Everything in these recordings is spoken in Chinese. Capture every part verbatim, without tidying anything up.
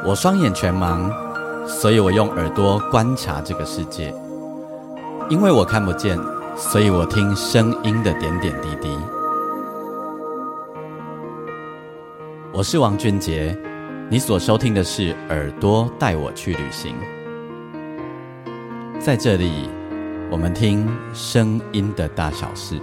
我双眼全盲，所以我用耳朵观察这个世界。因为我看不见，所以我听声音的点点滴滴。我是王俊杰，你所收听的是耳朵带我去旅行。在这里，我们听声音的大小事。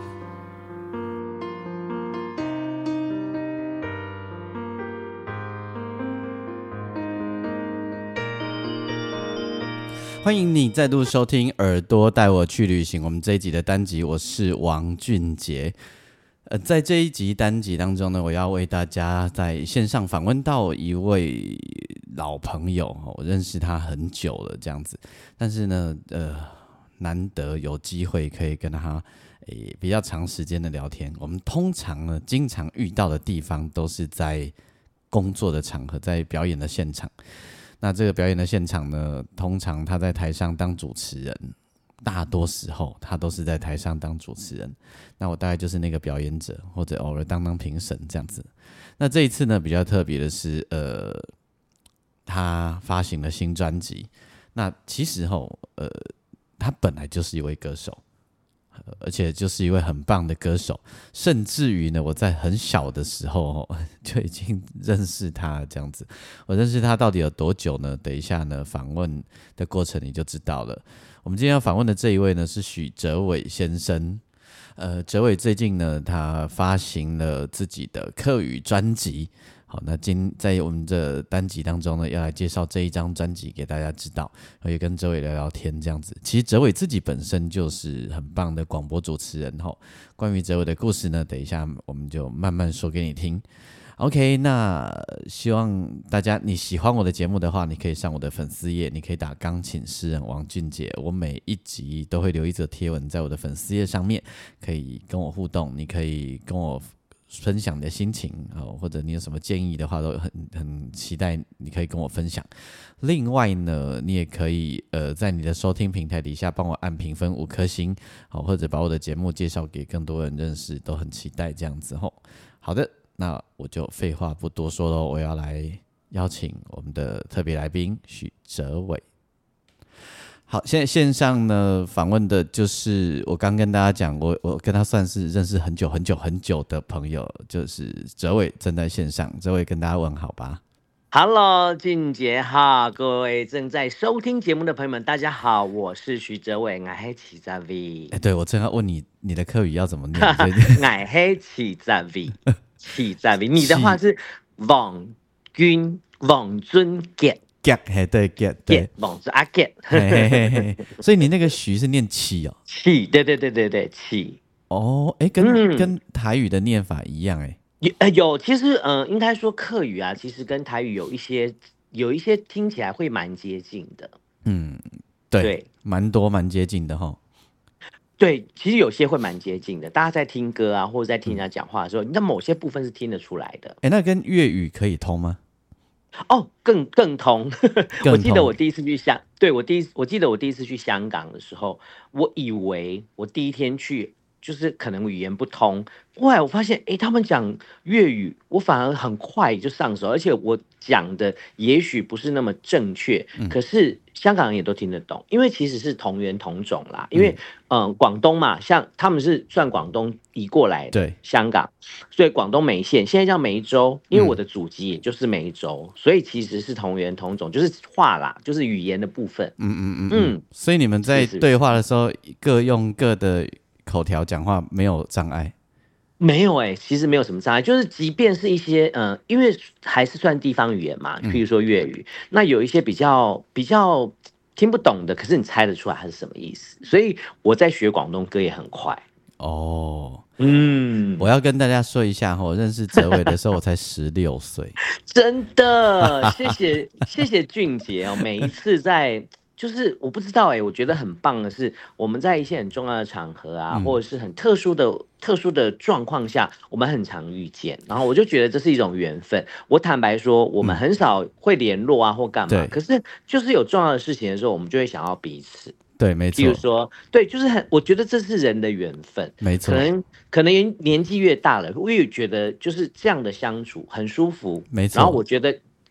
欢迎你再度收听耳朵带我去旅行。我们这一集的单集，我是王俊杰。呃，在这一集单集当中呢，我要为大家在线上访问到一位老朋友，我认识他很久了这样子，但是呢，呃，难得有机会可以跟他诶比较长时间的聊天。我们通常呢，经常遇到的地方都是在工作的场合，在表演的现场。那这个表演的现场呢，通常他在台上当主持人，大多时候他都是在台上当主持人。那我大概就是那个表演者，或者偶尔当当评审这样子。那这一次呢，比较特别的是，呃，他发行了新专辑。那其实吼，呃，他本来就是一位歌手。而且就是一位很棒的歌手，甚至于呢，我在很小的时候就已经认识他这样子。我认识他到底有多久呢？等一下呢，访问的过程你就知道了。我们今天要访问的这一位呢，是许哲伟先生。呃，哲伟最近呢，他发行了自己的客语专辑。好，那今在我们的单集当中呢，要来介绍这一张专辑给大家知道，也跟哲伟聊聊天这样子。其实哲伟自己本身就是很棒的广播主持人吼。关于哲伟的故事呢，等一下我们就慢慢说给你听。OK， 那希望大家你喜欢我的节目的话，你可以上我的粉丝页，你可以打钢琴诗人王俊杰，我每一集都会留一则贴文在我的粉丝页上面，可以跟我互动，你可以跟我分享你的心情，或者你有什么建议的话，都很很期待你可以跟我分享。另外呢，你也可以呃在你的收听平台底下帮我按评分五颗星，或者把我的节目介绍给更多人认识，都很期待这样子吼。好的，那我就废话不多说咯，我要来邀请我们的特别来宾许哲伟。好，现在线上呢访问的就是我刚跟大家讲，我我跟他算是认识很久很久很久的朋友，就是哲伟正在线上。哲伟跟大家问好吧。 Hello， 俊杰好，各位正在收听节目的朋友们，大家好，我是许哲伟，我是起在 V。 哎，对，我正要问你，你的客语要怎么念？ 我是起在 V， 起在 V， 你的话是王君王俊杰。 get 嘿对 get 对， 王是阿 get， 所以你那个徐是念起哦， 起，对对对对对，起。 哦，哎，跟、嗯、跟台语的念法一样哎。 有有，其实呃，应该说客语啊，其实跟台语有一些有一些听起来会蛮接近的。 嗯，对，对蛮多蛮接近的哈。 对，其实有些会蛮接近的。大家在听歌啊，或者在听人家讲话的时候，那某些部分是听得出来的。 哎，那跟粤语可以通吗？ 哦，更更通。我记得我第一次去香，对我第一，我记得我第一次去香港的时候，我以为我第一天去就是可能语言不通，后来我发现，哎，他们讲粤语，我反而很快就上手，而且我讲的也许不是那么正确，嗯、可是香港人也都听得懂，因为其实是同源同种啦。因为嗯、呃，广东嘛，像他们是算广东移过来的，香港，所以广东梅县现在叫梅州，因为我的祖籍也就是梅州，嗯、所以其实是同源同种，就是话啦，就是语言的部分。 嗯嗯嗯嗯。所以你们在对话的时候，各用各的口条讲话，没有障碍。 没有哎、欸，其实没有什么障碍，就是即便是一些嗯、呃，因为还是算地方语言嘛，譬如说粤语，嗯、那有一些比较比较听不懂的，可是你猜得出来它是什么意思，所以我在学广东歌也很快。 哦， 嗯， 我要跟大家说一下，我认识哲伟的时候我才十六岁， 真的，谢谢谢谢俊杰哦，每一次在。就是我不知道哎、欸，我觉得很棒的是，我们在一些很重要的场合啊，嗯、或者是很特殊的、特殊的状况下，我们很常遇见。然后我就觉得这是一种缘分。我坦白说，我们很少会联络啊，或干嘛。可是就是有重要的事情的时候，我们就会想要彼此。 对，没错。 比如说，对，就是很，我觉得这是人的缘分。 没错。 可能可能年纪越大了，我也觉得就是这样的相处很舒服。 没错。 然后我觉得。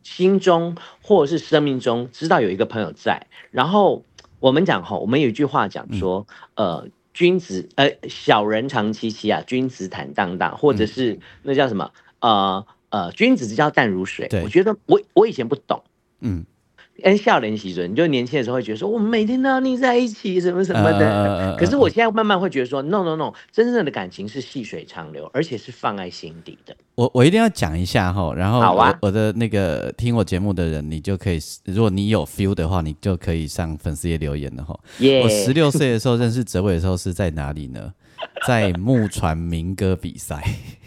心中或者是生命中知道有一个朋友在。然后我们讲吼，我们有一句话讲说，嗯、呃，君子呃小人长戚戚啊，君子坦荡荡，或者是、嗯、那叫什么呃呃君子之交淡如水。我觉得我我以前不懂，嗯。跟笑脸喜准，你就年轻的时候会觉得说，我们每天都要腻在一起，什么什么的。呃、可是我现在慢慢会觉得说 ，no no no， 真正的感情是细水长流，而且是放在心底的。 我我一定要讲一下哈，然后我、啊、我的那个听我节目的人，你就可以，如果你有 feel 的话，你就可以上粉丝页留言了哈。Yeah. 我十六岁的时候认识哲伟的时候是在哪里呢？在木船民歌比赛。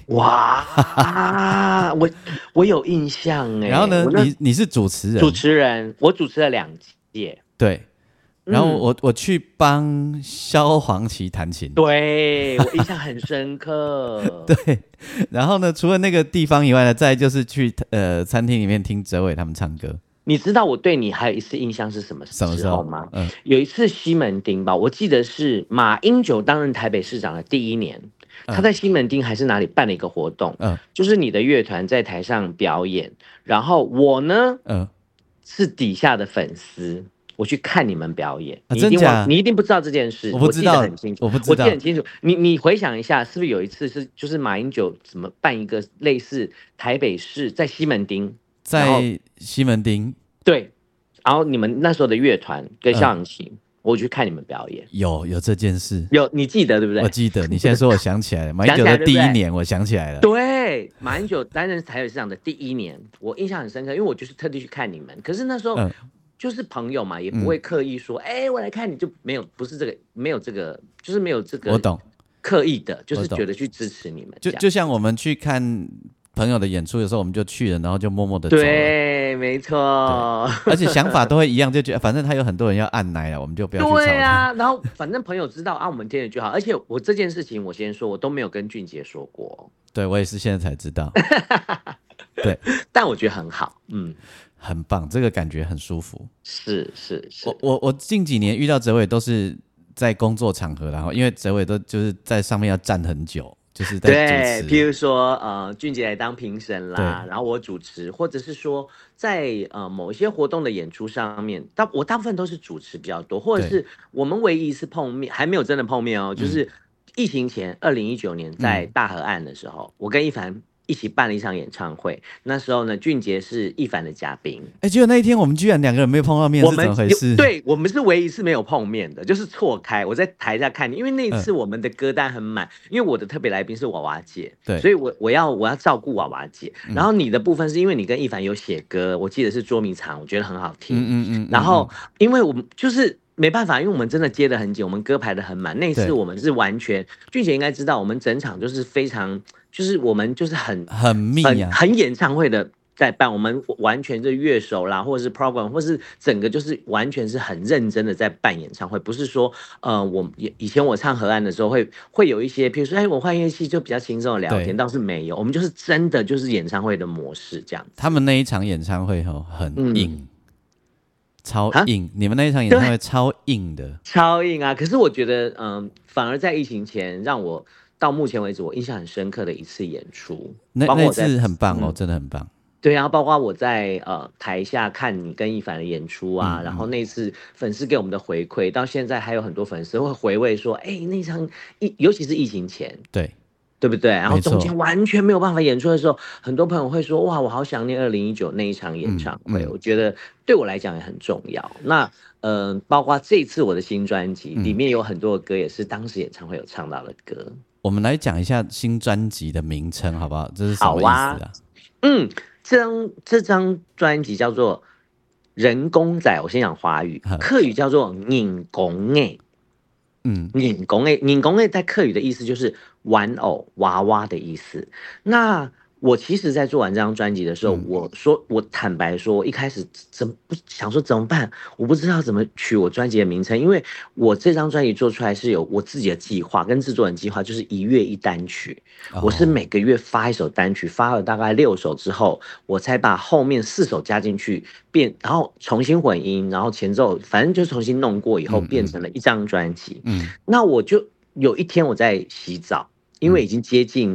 哇，我我有印象哎。 然后呢，你你是主持人， 主持人，我主持了两届。 对，然后我、嗯、我去帮萧煌奇弹琴， 对我印象很深刻。 对，然后呢，除了那个地方以外呢，再来就是去呃餐厅里面听哲伟他们唱歌。 你知道我对你还有一次印象是什么时候吗？嗯、有一次西门町吧，我记得是马英九担任台北市长的第一年。他在西门町还是哪里办了一个活动，嗯，就是你的乐团在台上表演，然后我呢，嗯，是底下的粉丝，我去看你们表演。 啊、 你一定忘，你一定不知道这件事， 我不知道， 我记得很清楚， 我不知道， 我记得很清楚。你你回想一下，是不是有一次是就是马英九怎么办一个类似台北市在西门町， 在西门町， 对，然后你们那时候的乐团跟萧煌奇。嗯，我去看你们表演， 有有这件事， 有你记得对不对？ 我记得，你现在说我想起来了，马英九的第一年我想起来了。 对，马英九担任台北市长的第一年，我印象很深刻，因为我就是特地去看你们。可是那时候、嗯、就是朋友嘛，也不会刻意说，哎、嗯欸，我来看你，就没有，不是这个，没有这个，就是没有这个， 我懂， 刻意的，就是觉得去支持你们。 就就像我们去看朋友的演出的时候，我们就去了，然后就默默的走了。 对，没错。 而且想法都会一样，就觉得反正他有很多人要按奶了，我们就不要去吵他。 对啊，然后反正朋友知道啊，我们听了就好。而且我这件事情，我先说，我都没有跟俊杰说过。 对，我也是现在才知道。对， 但我觉得很好，嗯， 很棒，这个感觉很舒服。 是是是， 我我我近几年遇到哲伟都是在工作场合，然后因为哲伟都就是在上面要站很久。就是在主持， 对，譬如说，呃，俊杰来当评审啦，然后我主持，或者是说在呃某一些活动的演出上面，大我大部分都是主持比较多，或者是我们唯一一次碰面，还没有真的碰面哦，就是疫情前，二零一九年在大河岸的时候，嗯、我跟一凡一起办了一场演唱会。那时候呢，俊杰是一凡的嘉宾。 哎，结果那一天我们居然两个人没有碰到面，是怎么回事？ 对，我们是唯一一次没有碰面的，就是错开。我在台下看你，因为那一次我们的歌单很满，嗯、因为我的特别来宾是娃娃姐，对，所以我我要我要照顾娃娃姐。嗯、然后你的部分是因为你跟一凡有写歌，我记得是捉迷藏，我觉得很好听。嗯嗯嗯。然后因为我们就是没办法，因为我们真的接得很紧，我们歌排得很满。那一次我们是完全，俊杰应该知道，我们整场就是非常。就是我们就是很很密啊， 很, 很演唱会的在办，我们完全是乐手啦，或者是 program， 或是整个就是完全是很认真的在办演唱会，不是说呃，我以前我唱河岸的时候会会有一些，譬如说，哎，我换乐器就比较轻松的聊天，倒是没有，我们就是真的就是演唱会的模式这样子。 他们那一场演唱会吼很硬。嗯超硬，你们那一场演唱会超硬的， 超硬啊！可是我觉得，嗯，反而在疫情前，让我到目前为止我印象很深刻的一次演出， 那那次很棒哦，嗯、真的很棒。 对，然后包括我在呃台下看你跟一凡的演出啊，嗯、然后那次粉丝给我们的回馈，到现在还有很多粉丝会回味说，哎，那场疫，尤其是疫情前， 对。 对不对？然后中间完全没有办法演出的时候，很多朋友会说：“哇，我好想念二零一九那一场演唱会。嗯”嗯、我觉得对我来讲也很重要。那呃，包括这次我的新专辑、嗯、里面有很多的歌，也是当时演唱会有唱到的歌。 我们来讲一下新专辑的名称，好不好？这是什么意思啊？啊嗯，这张这张专辑叫做《人工仔》，我先讲华语，客语叫做“人工诶”。嗯，人工诶，人工诶，在客语的意思就是玩偶、娃娃的意思。那我其实，在做完这张专辑的时候，嗯、我说，我坦白说，我一开始怎么想说怎么办？我不知道怎么取我专辑的名称，因为我这张专辑做出来是有我自己的计划，跟制作人计划，就是一月一单曲。哦、我是每个月发一首单曲，发了大概六首之后，我才把后面四首加进去，变，然后重新混音，然后前奏，反正就重新弄过以后，变成了一张专辑。嗯，那我就有一天我在洗澡，因为已经接近。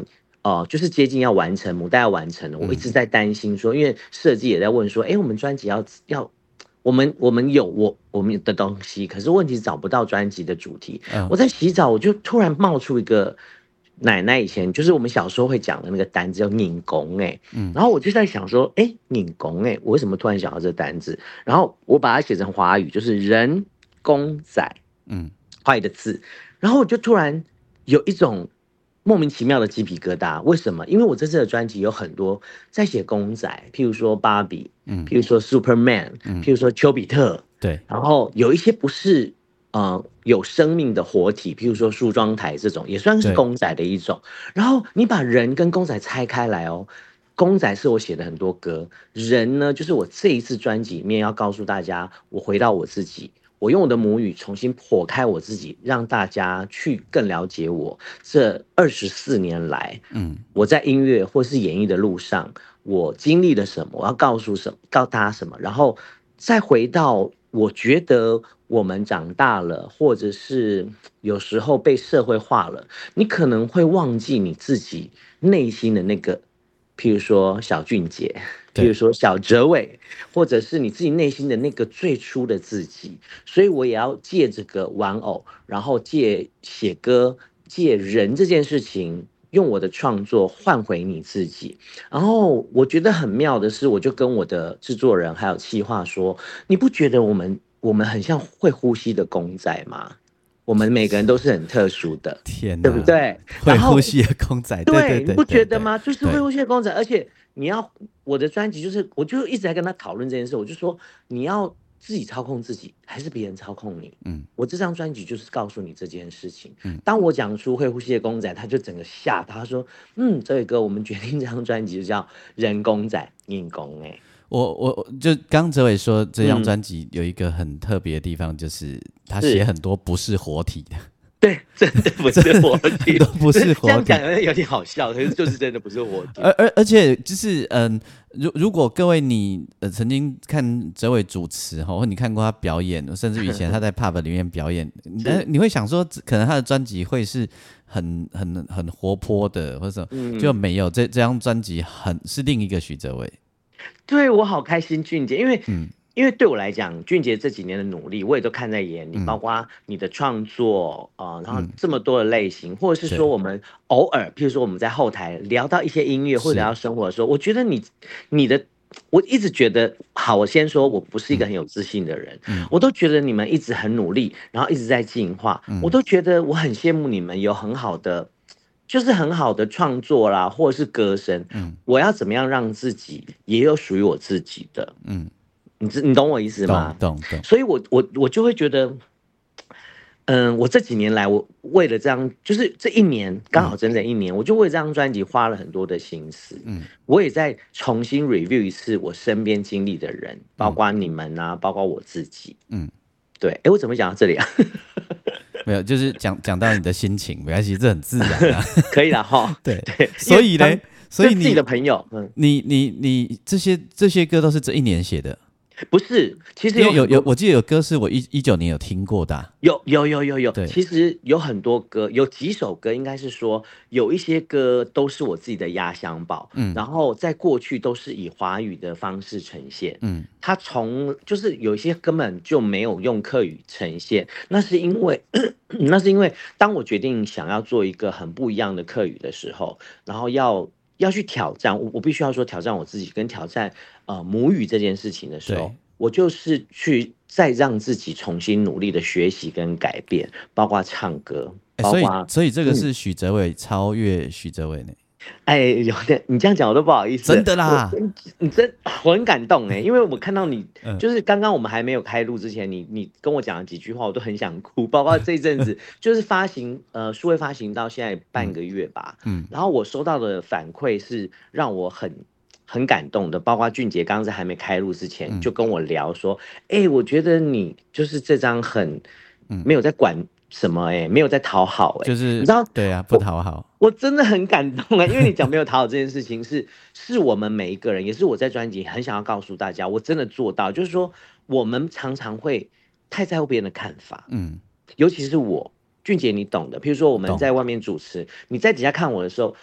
哦、呃，就是接近要完成，母带要完成了，我一直在担心说，因为设计也在问说，哎，我们专辑要要，我们我们有我我们的东西，可是问题是找不到专辑的主题。嗯、我在洗澡，我就突然冒出一个奶奶以前就是我们小时候会讲的那个单字叫拧拱哎，然后我就在想说，哎，拧拱哎，我为什么突然想到这个单字？然后我把它写成华语，就是人公仔，嗯，华语的字，然后我就突然有一种莫名其妙的鸡皮疙瘩。为什么？因为我这次的专辑有很多在写公仔，譬如说芭比，嗯，譬如说 Superman，嗯，譬如说丘比特， 对， 然后有一些不是呃有生命的活体，譬如说梳妆台这种，也算是公仔的一种。然后你把人跟公仔拆开来哦。公仔是我写的很多歌，人呢，就是我这一次专辑里面要告诉大家，我回到我自己，我用我的母语重新剖开我自己，让大家去更了解我。这二十四年来，嗯，我在音乐或是演艺的路上，我经历了什么，我要告诉什么，告诉大家什么，然后再回到我觉得我们长大了，或者是有时候被社会化了，你可能会忘记你自己内心的那个。譬如说小俊杰，譬如说小哲伟，或者是你自己内心的那个最初的自己，所以我也要借这个玩偶，然后借写歌，借人这件事情，用我的创作换回你自己。然后我觉得很妙的是，我就跟我的制作人还有企划说，你不觉得我们我们很像会呼吸的公仔吗？我们每个人都是很特殊的， 天哪，对不对？ 会呼吸的公仔，对对对， 你不觉得吗？就是会呼吸的公仔，而且你要我的专辑，就是我就一直在跟他讨论这件事，我就说你要自己操控自己，还是别人操控你？嗯，我这张专辑就是告诉你这件事情。嗯，当我讲出会呼吸的公仔，他就整个吓到，他说：“嗯，这位哥，我们决定这张专辑就叫人公仔硬公。”哎。 我我就刚哲伟说，这张专辑有一个很特别的地方，就是他写很多不是活体的。 对，真的不是活体， 都不是活体。 这样讲有点好笑，可是就是真的不是活体。 而而而且就是嗯，如如果各位你呃曾经看哲伟主持哈，或你看过他表演，甚至以前他在 pub 里面表演，但你会想说，可能他的专辑会是很很很活泼的，或者什么，嗯、就没有。这这张专辑很是另一个许哲伟。 对，我好开心，俊杰，因为、嗯、因为对我来讲，俊杰这几年的努力，我也都看在眼里，嗯、包括你的创作啊、呃，然后这么多的类型，嗯、或者是说我们偶尔，譬如说我们在后台聊到一些音乐或者聊到生活的时候，我觉得你你的，我一直觉得，好，我先说我不是一个很有自信的人，嗯、我都觉得你们一直很努力，然后一直在进化，嗯、我都觉得我很羡慕你们有很好的。就是很好的创作啦，或者是歌声，嗯，我要怎么样让自己也有属于我自己的，嗯，你你懂我意思吗？ 懂懂。 所以我我我就会觉得，嗯，我这几年来，我为了这张，就是这一年刚好整整一年，嗯、我就为这张专辑花了很多的心思，嗯，我也在重新 review 一次我身边经历的人，包括你们啊，嗯、包括我自己，嗯，对，哎，我怎么讲到这里啊？ 没有，就是讲讲到你的心情，没关系，这很自然啊。 可以啦哈。 对对，所以呢，所以你自己的朋友，嗯， 你你你这些这些歌都是这一年写的。 不是，其实有有有，我记得有歌是我一一九年有听过的、啊。 有有有有有，其实有很多歌，有几首歌，应该是说有一些歌都是我自己的压箱宝，嗯，然后在过去都是以华语的方式呈现，嗯，它从就是有一些根本就没有用客语呈现，那是因为那是因为当我决定想要做一个很不一样的客语的时候，然后要。要去挑战我，我必须要说挑战我自己，跟挑战呃母语这件事情的时候，我就是去再让自己重新努力的学习跟改变，包括唱歌，包括、 欸、所以所以这个是许哲伟、嗯、超越许哲伟呢。 哎，有点你这样讲我都不好意思， 真的啦， 你真我很感动哎，因为我看到你，就是刚刚我们还没有开录之前，你你跟我讲了几句话，我都很想哭，包括这一阵子就是发行呃数位发行到现在半个月吧，嗯，然后我收到的反馈是让我很很感动的，包括俊杰刚刚在还没开录之前就跟我聊说，哎、嗯，我觉得你就是这张很没有在管。什么哎、欸，没有在讨好哎、欸， 就是你知道？ 对啊，不讨好我，我真的很感动啊、欸，因为你讲没有讨好这件事情是，是我们每一个人，也是我在专辑很想要告诉大家，我真的做到，就是说我们常常会太在乎别人的看法，嗯，尤其是我，俊杰你懂的，譬如说我们在外面主持，你在底下看我的时候，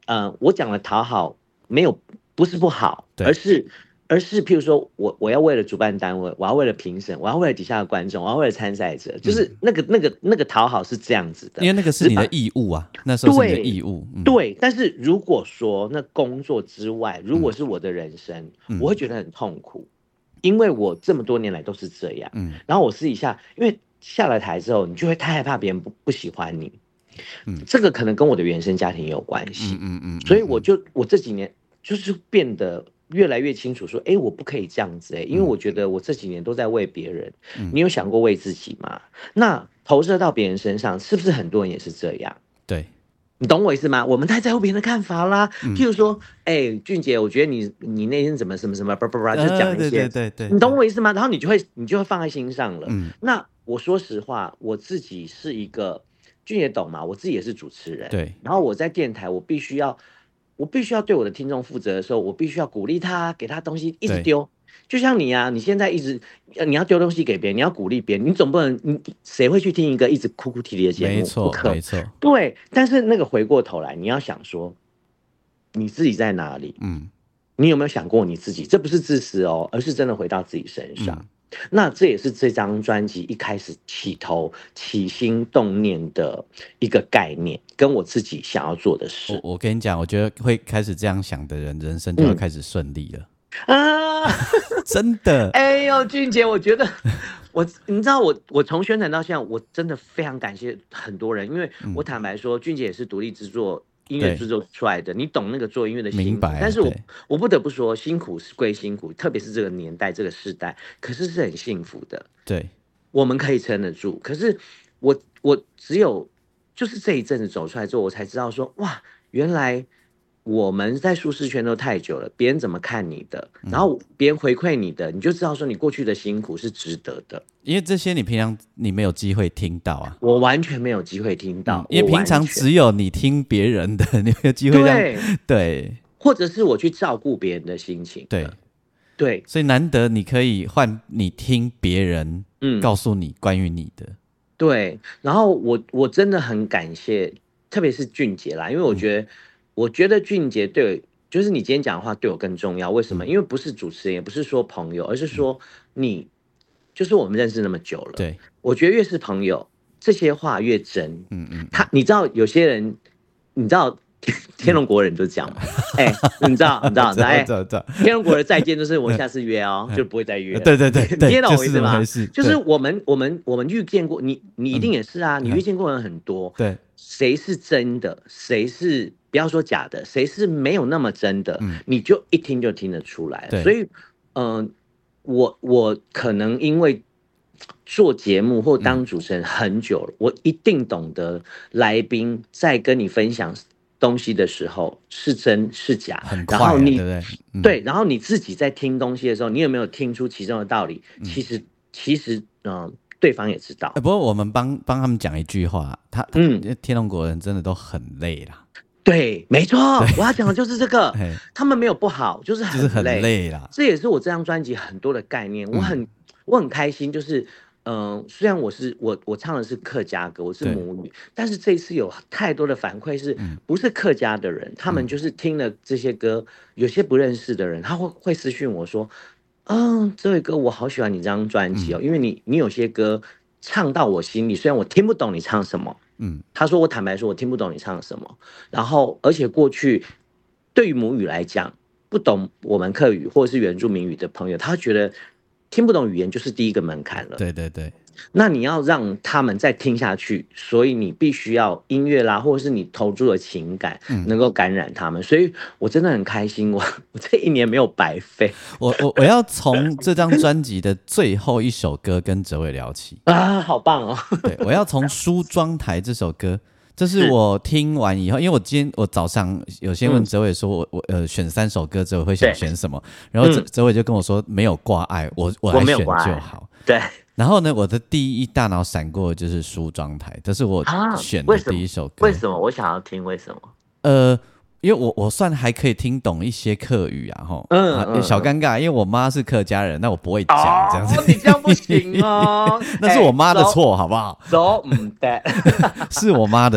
呃，我讲的讨好没有不是不好，而是而是譬如说我我要为了主办单位，我要为了评审，我要为了底下的观众，我要为了参赛者，就是那个、嗯、那个那个讨好是这样子的， 因为那个是你的义务啊，那时候是你的义务。 对、嗯、对，但是如果说那工作之外，如果是我的人生，嗯、我会觉得很痛苦，因为我这么多年来都是这样。嗯，然后我私底下，因为下了台之后，你就会太害怕别人不不喜欢你。嗯，这个可能跟我的原生家庭也有关系。嗯 嗯, 嗯, 嗯，所以我就我这几年就是变得越来越清楚说，哎，我不可以这样子哎、欸，因为我觉得我这几年都在为别人。嗯，你有想过为自己吗？那投射到别人身上，是不是很多人也是这样？ 对， 你懂我意思吗？我们太在乎别人的看法啦。嗯、譬如说，哎，俊杰，我觉得你你那天怎么什么什么叭叭叭，就讲一些， 对对对对， 你懂我意思吗？然后你就会你就会放在心上了。嗯，那我说实话，我自己是一个。俊也懂嘛，我自己也是主持人， 对。 然后我在电台，我必须要，我必须要对我的听众负责的时候，我必须要鼓励他，给他东西，一直丢。就像你啊，你现在一直你要丢东西给别人，你要鼓励别人，你总不能你谁会去听一个一直哭哭啼啼的节目？ 没错，没错。 对，但是那个回过头来，你要想说，你自己在哪里？嗯，你有没有想过你自己？这不是自私哦，而是真的回到自己身上。嗯，那这也是这张专辑一开始起头起心动念的一个概念，跟我自己想要做的事。 我, 我跟你讲，我觉得会开始这样想的人，人生就要开始顺利了。 嗯、啊， 真的。 哎呦，俊杰，我觉得我，你知道我，我从宣传到现在，我真的非常感谢很多人，因为我坦白说，嗯、俊杰也是独立制作。音乐制作出来的，你懂那个做音乐的辛苦，但是我我不得不说，辛苦是归辛苦，特别是这个年代、这个时代，可是是很幸福的。 对， 我们可以撑得住。可是我我只有就是这一阵子走出来之后，我才知道说，哇，原来我们在舒适圈都太久了，别人怎么看你的，然后别人回馈你的，你就知道说你过去的辛苦是值得的。 因为这些你平常你没有机会听到啊， 我完全没有机会听到， 嗯、因为平常只有你听别人的，你没有机会让 对, 对， 或者是我去照顾别人的心情的， 对对， 所以难得你可以换你听别人告诉你关于你的，嗯、 对，然后我我真的很感谢，特别是俊杰啦，因为我觉得、嗯、我觉得俊杰对我，就是你今天讲的话对我更重要，为什么？嗯、因为不是主持人，也不是说朋友，而是说你。嗯就是我们认识那么久了， 对， 我觉得越是朋友，这些话越真。嗯嗯，他你知道有些人，你知道天龙国人就这样嘛？哎、欸，你知道你知道哎，天龙国的再见就是我下次约哦，就不会再约了。 对对对， 你也懂我意思吗？ 就是就是我们我们我们遇见过你，你一定也是啊，嗯、你遇见过人很多。 对， 谁是真的，谁是不要说假的，谁是没有那么真的，嗯、你就一听就听得出来。所以，嗯、呃。我我可能因为做节目或当主持人很久了，嗯、我一定懂得来宾在跟你分享东西的时候是真是假， 很快、啊， 然后你对不对？嗯、 对，然后你自己在听东西的时候，你有没有听出其中的道理？嗯、其实其实嗯、呃，对方也知道。 欸、不过我们帮帮他们讲一句话，他嗯，天龙国人真的都很累啦。 对，没错，我要讲的就是这个，他们没有不好，就是很累， 就是很累啦。 这也是我这张专辑很多的概念，我很、嗯、我很开心，就是嗯、呃，虽然我是我我唱的是客家歌，我是母语，但是这一次有太多的反馈是，嗯、不是客家的人，他们就是听了这些歌，有些不认识的人，他会会私讯我说，嗯，这位歌我好喜欢你这张专辑哦，嗯、因为你你有些歌唱到我心里，虽然我听不懂你唱什么。嗯，他说我坦白说，我听不懂你唱什么。然后，而且过去对于母语来讲，不懂我们客语或者是原住民语的朋友，他觉得听不懂语言就是第一个门槛了。 对对对。 那你要让他们再听下去，所以你必须要音乐啦，或者是你投注的情感能够感染他们。嗯、所以我真的很开心，我我这一年没有白费。 我我我要从这张专辑的最后一首歌跟哲伟聊起啊，好棒哦！ 对，我要从《梳妆台》这首歌。这是我听完以后，因为我今天我早上有先问哲伟说我，我、嗯、呃选三首歌，哲伟会想选什么？然后哲哲伟就跟我说没有挂碍，我我来选就好。 对。 然后呢，我的第一大脑闪过的就是《梳妆台》，这是我选的第一首歌。 为什么？我想要听为什么？ 呃，因为我我算还可以听懂一些客语啊，吼，嗯，啊、小尴尬，因为我妈是客家人，那我不会讲、哦、这样子。 你这样不行哦， 那是我妈的错，好不好？ 走，唔得， 是我妈的错。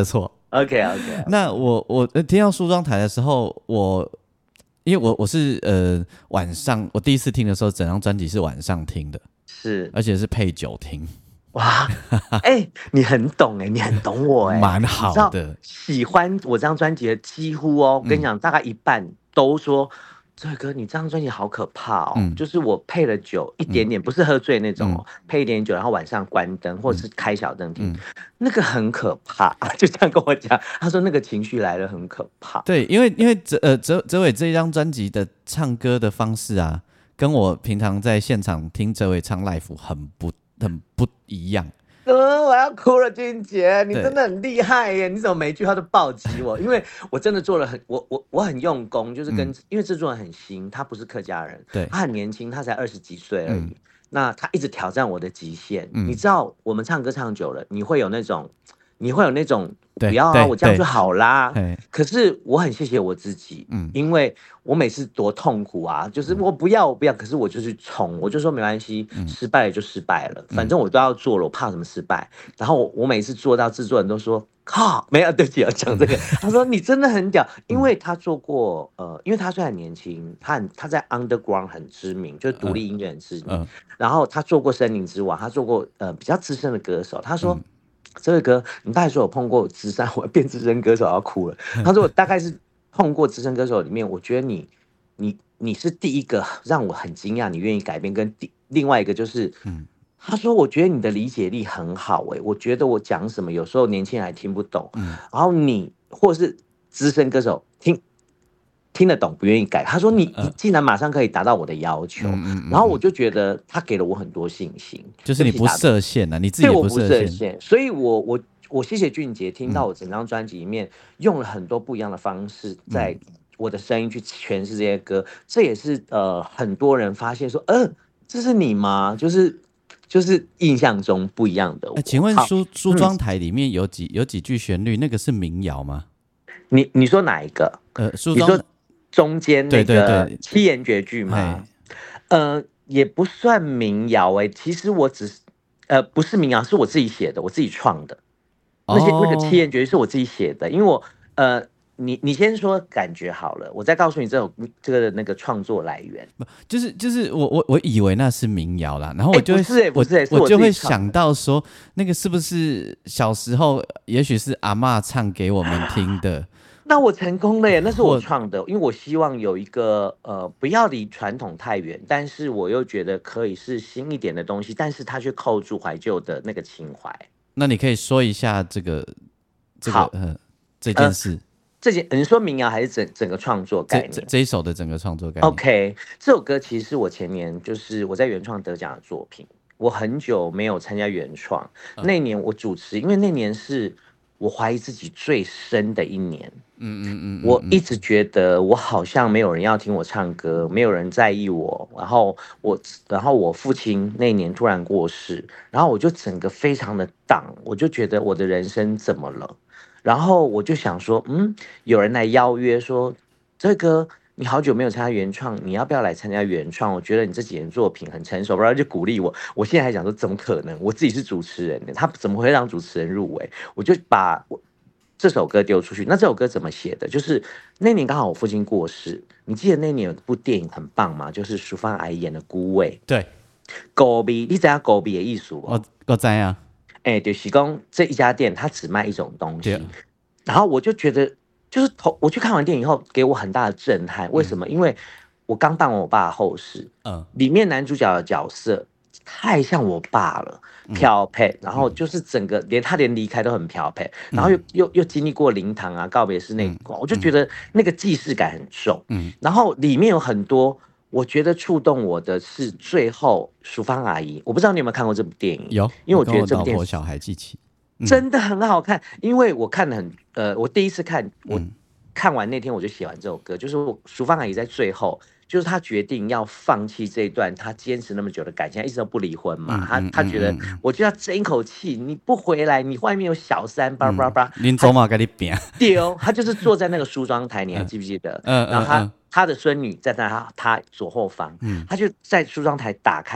OK OK， 那我我听到梳妆台的时候，我因为我我是呃晚上我第一次听的时候，整张专辑是晚上听的， 是， 而且是配酒听。 哇，哎、欸，你很懂哎、欸，你很懂我哎、欸， 蛮好的。 喜欢我这张专辑的几乎哦，我跟你讲，大概一半都说。这哥，你这张专辑好可怕哦！嗯、就是我配了酒一点点，嗯、不是喝醉那种哦，嗯、配一点酒，然后晚上关灯或者是开小灯听，嗯、那个很可怕。就这样跟我讲，他说那个情绪来了很可怕。 对，因为因为哲呃哲哲伟这一张专辑的唱歌的方式啊，跟我平常在现场听哲伟唱 live 很不很不一样。 嗯，我要哭了，俊杰，你真的很厉害耶！你怎么每一句话都暴击我？因为我真的做了很，我我我很用功，就是跟、嗯、因为制作人很新，他不是客家人， 对， 他很年轻，他才二十几岁而已。嗯、那他一直挑战我的极限。嗯、你知道，我们唱歌唱久了，你会有那种，你会有那种不要啊，我这样就好啦。可是我很谢谢我自己，嗯，因为我每次多痛苦啊，就是我不要，我不要，可是我就去冲，我就说没关系，嗯、失败了就失败了，反正我都要做了，我怕什么失败？然后 我, 我每次做到，制作人都说靠，没有，对不起，要讲这个。他说你真的很屌，因为他做过，呃，因为他虽然年轻，他很他在 underground 很知名，就是独立音乐很知名，嗯、然后他做过森林之王，他做过呃比较资深的歌手，他说。嗯这位哥，你大概说我碰过资深，我变资深歌手要哭了。他说我大概是碰过资深歌手里面，我觉得你，你你是第一个让我很惊讶，你愿意改变。跟第另外一个就是，嗯、他说我觉得你的理解力很好、欸，我觉得我讲什么有时候年轻人还听不懂，嗯、然后你或是资深歌手听。听得懂不愿意改，他说你你竟然马上可以达到我的要求，嗯嗯嗯、然后我就觉得他给了我很多信心， 就是你不设限啊，你自己也不设限， 对我不设限，所以我我我谢谢俊杰，听到我整张专辑里面用了很多不一样的方式，在我的声音去诠释这些歌，这也是呃很多人发现说，呃，这是你吗？就是就是印象中不一样的我。 欸、请问梳梳妆台里面有几、嗯、有几句旋律，那个是民谣吗？ 你你说哪一个？ 呃，梳妆。 中间那个七言绝句嘛，呃，也不算民谣哎、欸，其实我只是，呃，不是民谣，是我自己写的，我自己创的。哦、那些那个七言绝句是我自己写的，因为我，呃，你你先说感觉好了，我再告诉你这种这个那个创作来源。 就是就是我我我以为那是民谣啦，然后我就会、欸、 不是、欸、不是、欸、 我, 我就会想到说，那个是不是小时候也许是阿嬷唱给我们听的。 那我成功了耶，那是我创的，因为我希望有一个呃，不要离传统太远，但是我又觉得可以是新一点的东西，但是它却扣住怀旧的那个情怀。 那你可以说一下这个这个呃这件事，呃、 这件你说民谣还是整整个创作概念？ 这, 这一首的整个创作概念。 OK， 这首歌其实是我前年就是我在原创得奖的作品，我很久没有参加原创，嗯、那年我主持，因为那年是我怀疑自己最深的一年。嗯嗯嗯，我一直觉得我好像没有人要听我唱歌，没有人在意我。然后我，然后我父亲那年突然过世，然后我就整个非常的 down， 我就觉得我的人生怎么了？然后我就想说，嗯，有人来邀约说，这个你好久没有参加原创，你要不要来参加原创？我觉得你这几年作品很成熟，然后就鼓励我。我现在还想说，怎么可能？我自己是主持人，他怎么会让主持人入围？我就把我。这首歌丢出去，那这首歌怎么写的？就是那年刚好我父亲过世，你记得那年有部电影很棒吗？就是淑芳阿姨演的《孤味》。 对， 狗鼻，你知道狗鼻的艺术？ 我我知啊。 哎、欸，就是讲这一家店，它只卖一种东西。然后我就觉得，就是头我去看完电影以后，给我很大的震撼。为什么？嗯、因为我刚办完我爸的后事，嗯，里面男主角的角色太像我爸了。漂配，然后就是整个连他连离开都很漂配，然后又、嗯、又又经历过灵堂啊告别式那一关，嗯、我就觉得那个既视感很重。嗯，然后里面有很多我觉得触动我的是最后淑芳阿姨，我不知道你有没有看过这部电影？ 有， 因为我觉得这部电影我小孩记起、 嗯、真的很好看，因为我看了很呃，我第一次看，我看完那天我就写完这首歌，就是淑芳阿姨在最后。就是他决定要放弃这一段他坚持那么久的感情，一直都不离婚嘛。嗯、他他觉得，我就要争一口气，你不回来，你外面有小三，叭叭叭。 林走马跟你拼。 对哦，他就是坐在那个梳妆台，你还记不记得？嗯、然后他、嗯、他的孙女站在他他左后方，嗯、他就在梳妆台打开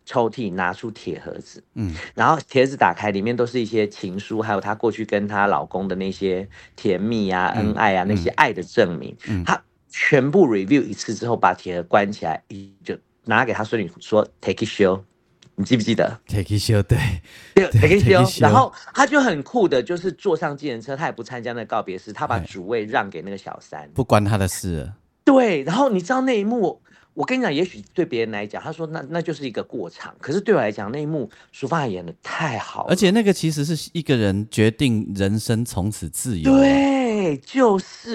抽屉拿出铁盒子， 嗯， 然后铁盒子打开，里面都是一些情书，还有她过去跟她老公的那些甜蜜啊、 嗯恩爱啊、那些爱的证明， 嗯她全部 review 一次之后，把铁盒关起来，就拿给她孙女说 take it show，你记不记得？ take it show， 对对对 take it take it show，然 show， 后她就很酷的，就是坐上计程车，她也不参加那个告别式，她把哎主位让给那个小三。 不关他的事了。 对，然后你知道那一幕，我跟你讲，也许对别人来讲，他说那那就是一个过场，可是对我来讲，那一幕淑芳演的太好了， 而且那个其实是一个人决定人生从此自由、啊。 对，就是，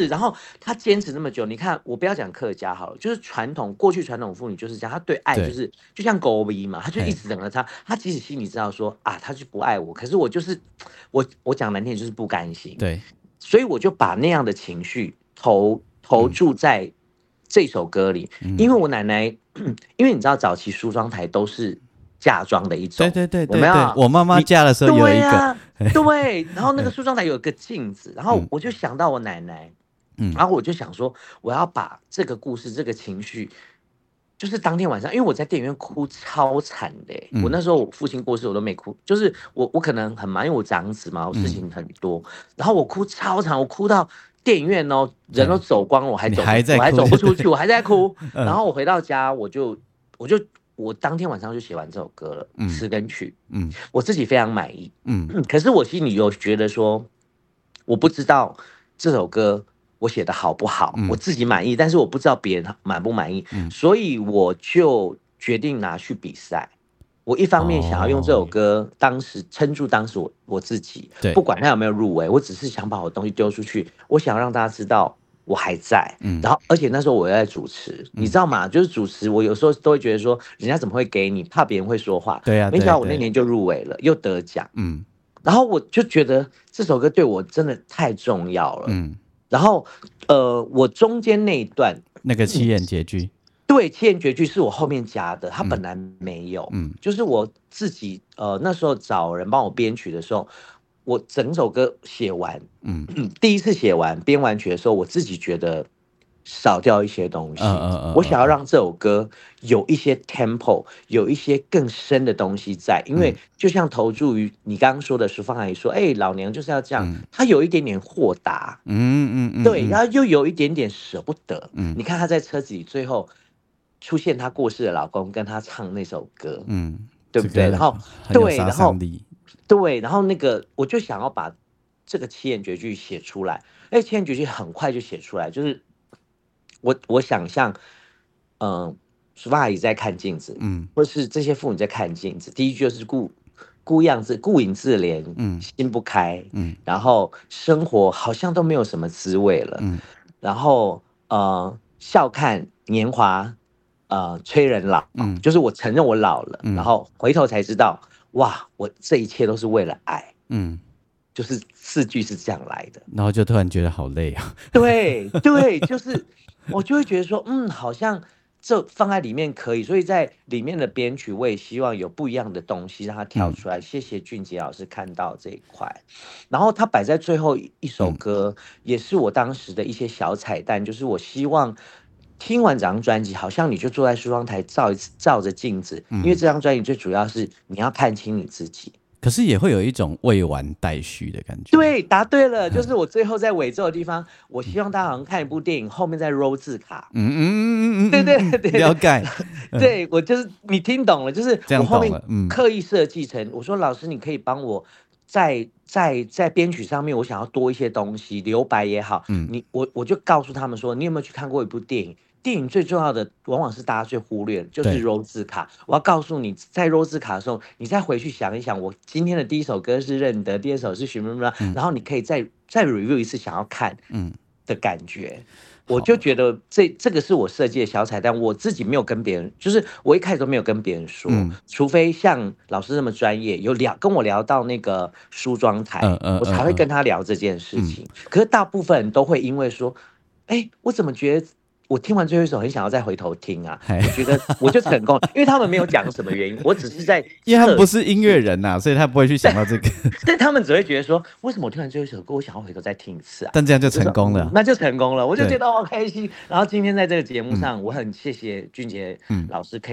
然后他坚持那么久，你看，我不要讲客家好了，就是传统过去传统妇女就是这样，她对爱就是就像狗逼嘛，她就一直等着他，她即使心里知道说啊，他就不爱我，可是我就是我我讲难听就是不甘心， 对， 所以我就把那样的情绪投投注在这首歌里， 嗯、 因为我奶奶，因为你知道早期梳妆台都是嫁妆的一种， 对对对对有没有？ 对，我妈妈嫁的时候有一个， 啊、对，然后那个梳妆台有一个镜子，然后我就想到我奶奶， 嗯， 然后我就想说，我要把这个故事、这个情绪，就是当天晚上，因为我在电影院哭超惨的、欸嗯，我那时候我父亲过世我都没哭，就是我我可能很忙，因为我长子嘛，我事情很多，嗯、然后我哭超惨，我哭到。电影院哦，人都走光了，我还走， 还在我还走不出去，我还在哭。嗯、然后我回到家，我就，我就，我当天晚上就写完这首歌了，嗯、词跟曲，嗯，我自己非常满意，嗯。可是我心里有觉得说，我不知道这首歌我写的好不好，嗯、我自己满意，但是我不知道别人满不满意，嗯、所以我就决定拿去比赛。我一方面想要用这首歌，当时撑住当时我我自己，不管他有没有入围，我只是想把我的东西丢出去，我想让大家知道我还在。嗯，然后而且那时候我又在主持，嗯、你知道吗？就是主持，我有时候都会觉得说，人家怎么会给你？怕别人会说话。 对啊， 没想到我那年就入围了，又得奖。嗯，然后我就觉得这首歌对我真的太重要了。嗯，然后呃，我中间那一段那个七言绝句。 对，七言绝句是我后面加的，它本来没有，嗯，就是我自己呃那时候找人帮我编曲的时候，我整首歌写完，嗯，第一次写完编完曲的时候，我自己觉得少掉一些东西，嗯嗯嗯，我想要让这首歌有一些 tempo， 有一些更深的东西在，因为就像投注于你刚刚说的，淑芳阿姨说，哎、欸，老娘就是要这样，嗯、她有一点点豁达，嗯嗯嗯，对，然后又有一点点舍不得，嗯，你看她在车子里最后。出现她过世的老公跟她唱那首歌，嗯，对不对？这个、然后对，然后对，然后那个我就想要把这个七言绝句写出来，哎，七言绝句很快就写出来，就是我我想象，嗯、呃，淑芳阿姨在看镜子，嗯，或是这些妇女在看镜子，第一句就是顾顾样子，顾影自怜，嗯，心不开，嗯，然后生活好像都没有什么滋味了，嗯，然后呃，笑看年华。呃，催人老，嗯，就是我承认我老了，嗯、然后回头才知道，哇，我这一切都是为了爱，嗯，就是四句是这样来的， 然后就突然觉得好累啊， 对对，就是我就会觉得说，嗯，好像这放在里面可以，所以在里面的编曲，我也希望有不一样的东西让它跳出来。嗯、谢谢俊杰老师看到这一块，然后他摆在最后一首歌，嗯、也是我当时的一些小彩蛋，就是我希望。听完这张专辑，好像你就坐在梳妆台照一次，照着镜子，嗯、因为这张专辑最主要是你要看清你自己。 可是也会有一种未完待续的感觉。 对，答对了，就是我最后在尾奏的地方，我希望大家好像看一部电影，后面再 roll 字卡。嗯嗯嗯嗯，对对对对， 了解。 对我就是你听懂了，就是我后面刻意设计成，我说老师，你可以帮我在在在编曲上面，我想要多一些东西，留白也好。嗯，你我我就告诉他们说，你有没有去看过一部电影？电影最重要的往往是大家最忽略的，就是 roll 字卡。我要告诉你，在 roll 字卡的时候，你再回去想一想，我今天的第一首歌是认得，第二首是寻梦梦，然后你可以再再 review 一次想要看的感觉。嗯、我就觉得这这个是我设计的小彩蛋，我自己没有跟别人，就是我一开始都没有跟别人说，嗯、除非像老师这么专业，有聊跟我聊到那个梳妆台，嗯嗯、我才会跟他聊这件事情。嗯、可是大部分人都会因为说，哎、欸，我怎么觉得？我听完最后一首，很想要再回头听啊！我觉得我就成功，因为他们没有讲什么原因，我只是在， 因为他们不是音乐人呐、啊，所以他不会去想到这个。 但他们只会觉得说，为什么我听完最后一首歌，我想要回头再听一次啊？ 但这样就成功了， 就那就成功了，我就觉得好开心。然后今天在这个节目上，我很谢谢俊杰老师可以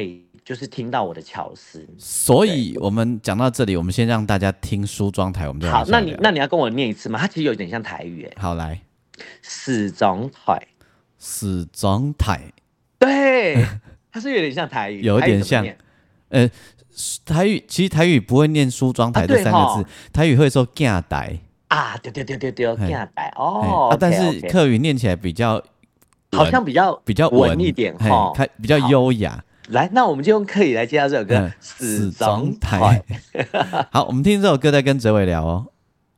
就是听到我的巧思。 所以我们讲到这里，我们先让大家听梳妆台，我们就好，那你那你要跟我念一次吗？它其实有点像台语诶。 好，来， 梳妆台， 梳妆台， 对，它是有点像台语， 有点像，呃，台语其实台语不会念梳妆台这三个字，啊、台语会说镜台啊，对对对对对，镜台哦、 啊，但是客语念起来比较。 好像比较比较稳一点哈， 比较优雅。 来，那我们就用客语来介绍这首歌《梳妆台》。 好，我们听这首歌再跟哲伟聊哦。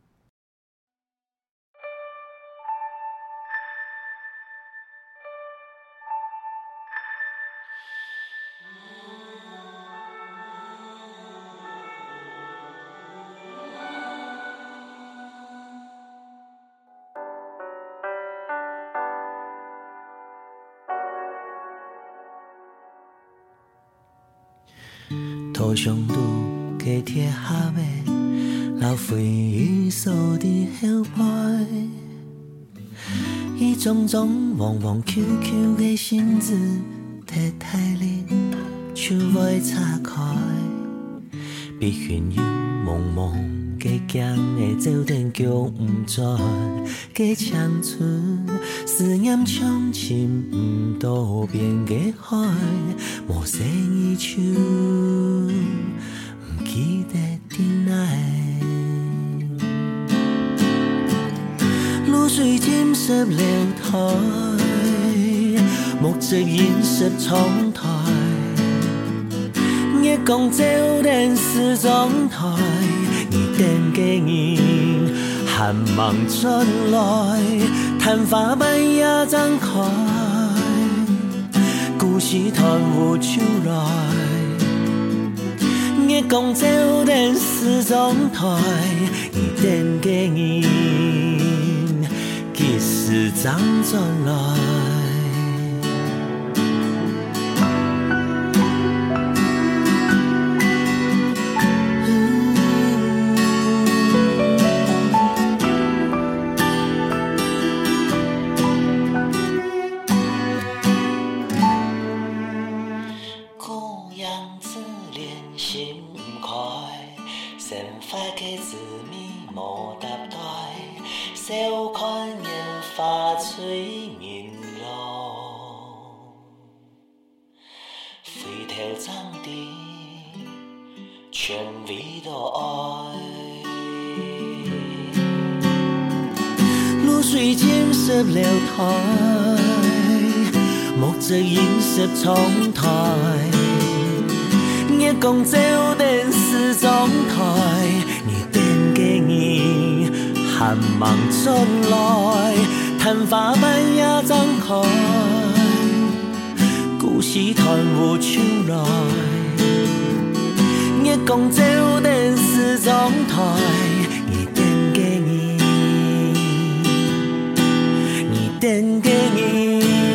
土上拄加贴合的，流飞雨扫伫后背，伊种种往往 Q Q 的心字，摕太力手袂拆开，碧云又蒙蒙。加强的酒店叫不转，加长存思念冲侵不渡边的海，无声依手，不记得等待。露水浸湿了台，木质饮食窗台，月光照亮梳妆台。一点给你寒芒传来，昙花瓣也张开，故事传有手来。月光照亮梳妆台，一点给你其实张转来。窗台，月光照亮梳妆台，你点给你寒芒传来，昙花瓣也张开，故事传有手来。月光照亮梳妆台，你点给你，你点给你。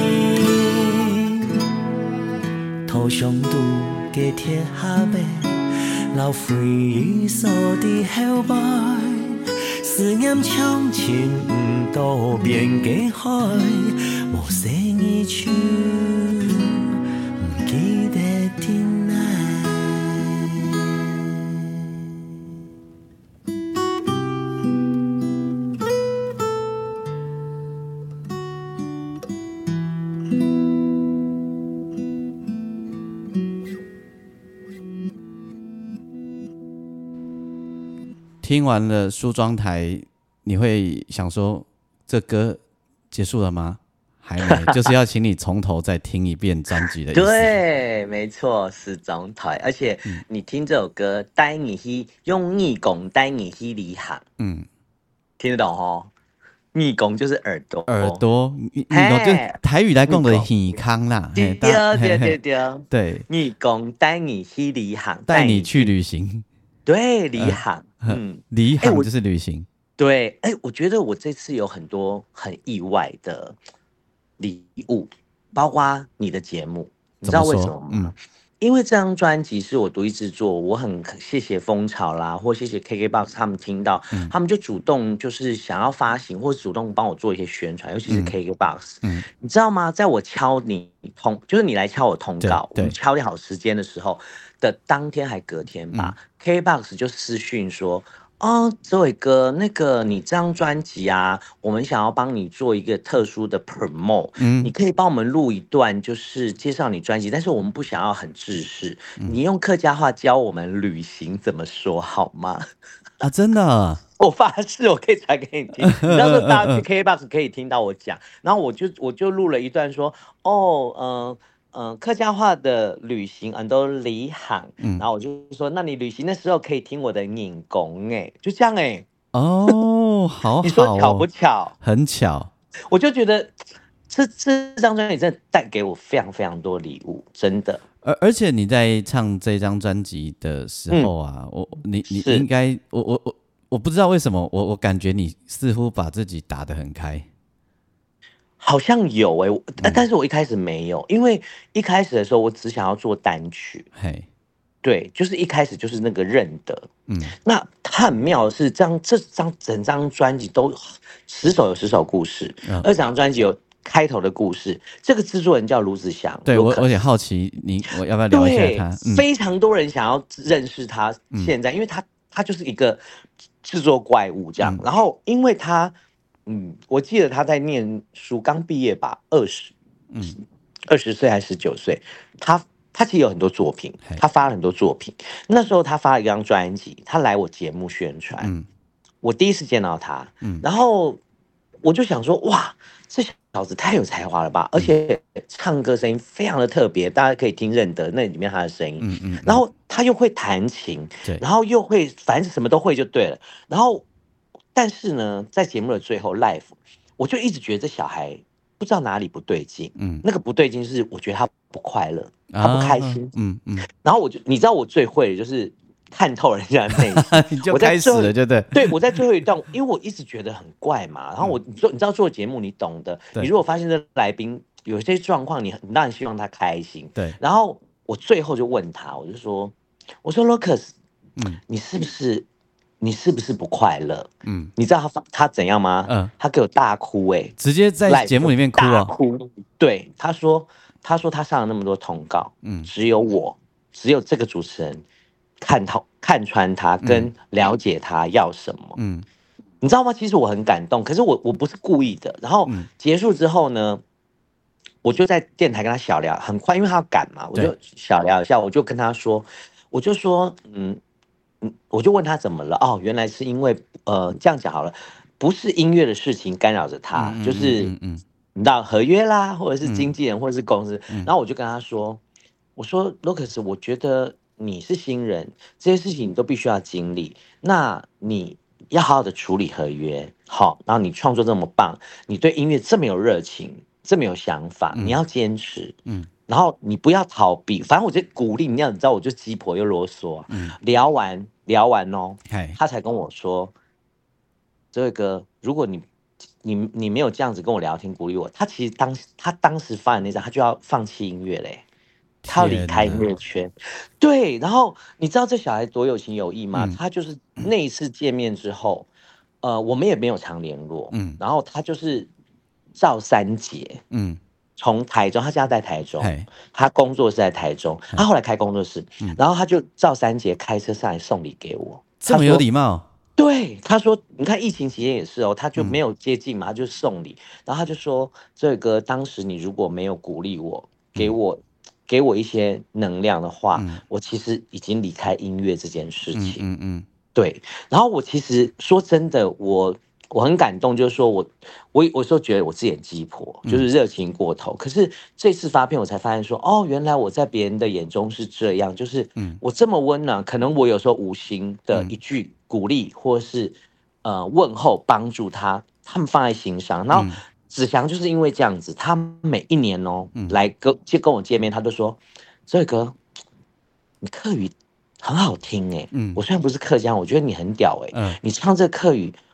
土上拄加贴合的，流飞雨扫伫后背，思念冲侵不渡边界海，无声依手，不记得等待。 听完了梳妆台，你会想说这歌结束了吗？还没，就是要请你从头再听一遍专辑的意思。 对，没错，梳妆台。而且你听这首歌，带你去用义工带你去旅行，嗯，听得懂哦？义工就是耳朵， 耳朵，义工就是台语来讲的耳康啦。 对对对对对， 义工带你去旅行， 带你去旅行。 对，旅行。 嗯，旅行就是旅行。欸、 对，哎、欸，我觉得我这次有很多很意外的礼物，包括你的节目，你知道为什么吗？嗯、 因为这张专辑是我独立制作，我很谢谢风潮啦，或谢谢 K K B O X 他们听到，嗯、他们就主动就是想要发行，或主动帮我做一些宣传，尤其是 K K B O X。嗯，你知道吗？在我敲你通，就是你来敲我通告，我们敲定好时间的时候的当天还隔天吧、嗯、，K K B O X 就私讯说。哦，哲伟哥，那个你这张专辑啊，我们想要帮你做一个特殊的 promote，嗯，你可以帮我们录一段，就是介绍你专辑，但是我们不想要很制式，嗯、你用客家话教我们旅行怎么说好吗？ 啊，真的、啊， 我发誓我可以传给你听，你到时候大家去 K K B O X 可以听到我讲，然后我就我就录了一段说，哦，嗯、呃。嗯，客家话的旅行很多里行，嗯，然后我就说，那你旅行的时候可以听我的引弓，哎，就这样哎、欸。 哦，好好、哦， 你说巧不巧？ 很巧。 我就觉得这这张专辑真的带给我非常非常多礼物，真的。 而而且你在唱这张专辑的时候啊，嗯、我你你应该，我我我我不知道为什么，我我感觉你似乎把自己打得很开。 好像有哎、欸，但但是我一开始没有，因为一开始的时候我只想要做单曲，嘿，对，就是一开始就是那个认得，嗯，那它很妙的是，这张这张整张专辑都十首有十首故事，嗯、而整张专辑有开头的故事，这个制作人叫卢子祥， 对我我也好奇你，我要不要聊一下他？ 嗯、非常多人想要认识他，现在、嗯、因为他他就是一个制作怪物这样，嗯、然后因为他。嗯，我记得他在念书，刚毕业吧，二十，嗯，二十岁还是十九岁，他他其实有很多作品，他发了很多作品。那时候他发了一张专辑，他来我节目宣传，嗯，我第一次见到他，嗯，然后我就想说，哇，这小子太有才华了吧，而且唱歌声音非常的特别，大家可以听认得那里面他的声音，嗯 嗯, 嗯，然后他又会弹琴，对，然后又会，反正什么都会就对了，然后。但是呢，在节目的最后 live， 我就一直觉得这小孩不知道哪里不对劲，嗯，那个不对劲是我觉得他不快乐，他不开心，啊、嗯嗯，然后我就你知道我最会的就是看透人家的内心， 你就开始了，就对， 对，我在最后一段，因为我一直觉得很怪嘛，然后我你说你知道做节目你懂的，你如果发现这来宾有些状况，你你当然希望他开心，对，然后我最后就问他，我就说，我说 Lucas， 嗯，你是不是？你是不是不快乐？嗯，你知道他他怎样吗？嗯，他给我大哭哎、欸， 直接在节目里面哭啊！ 大哭，对，他说他说他上了那么多通告，嗯，只有我，只有这个主持人看透看穿他，跟了解他要什么，嗯，你知道吗？其实我很感动，可是我我不是故意的。然后结束之后呢，我就在电台跟他小聊，很快，因为他要赶嘛，我就小聊一下，我就跟他说，我就说，嗯。嗯，我就问他怎么了？哦，原来是因为呃，这样讲好了，不是音乐的事情干扰着他，嗯、就是嗯嗯你知道合约啦，或者是经纪人，嗯、或者是公司。嗯、然后我就跟他说，我说 Lucas， 我觉得你是新人，这些事情你都必须要经历，那你要好好的处理合约，好，然后你创作这么棒，你对音乐这么有热情，这么有想法，嗯、你要坚持，嗯。然后你不要逃避，反正我就鼓励你，要你知道，我就鸡婆又啰嗦、啊。嗯，聊完聊完哦，他才跟我说，这位哥，如果你你你没有这样子跟我聊天鼓励我，他其实当他当时发的那张，他就要放弃音乐嘞，他要离开音乐圈。对，然后你知道这小孩多有情有义吗？嗯、他就是那一次见面之后，呃，我们也没有常联络，嗯，然后他就是赵三杰，嗯。从台中，他家在台中，他工作是在台中，他后来开工作室，嗯、然后他就赵三杰开车上来送礼给我， 这么有礼貌。 对，他说，你看疫情期间也是哦，他就没有接近嘛，他就送礼，然后他就说，这个当时你如果没有鼓励我，给我、嗯、给我一些能量的话，嗯、我其实已经离开音乐这件事情。嗯 嗯, 嗯，对。然后我其实说真的，我。我很感动，就是说我，我我说觉得我自己很鸡婆，就是热情过头。嗯、可是这次发片，我才发现说，哦，原来我在别人的眼中是这样，就是我这么温暖，可能我有时候无心的一句鼓励，或是呃问候，帮助他，他们放在心上。然后子祥就是因为这样子，他每一年哦、嗯、来跟就跟我见面，他都说，这位哥，你客语很好听哎、欸，嗯、我虽然不是客家，我觉得你很屌哎、欸，嗯、你唱这客语。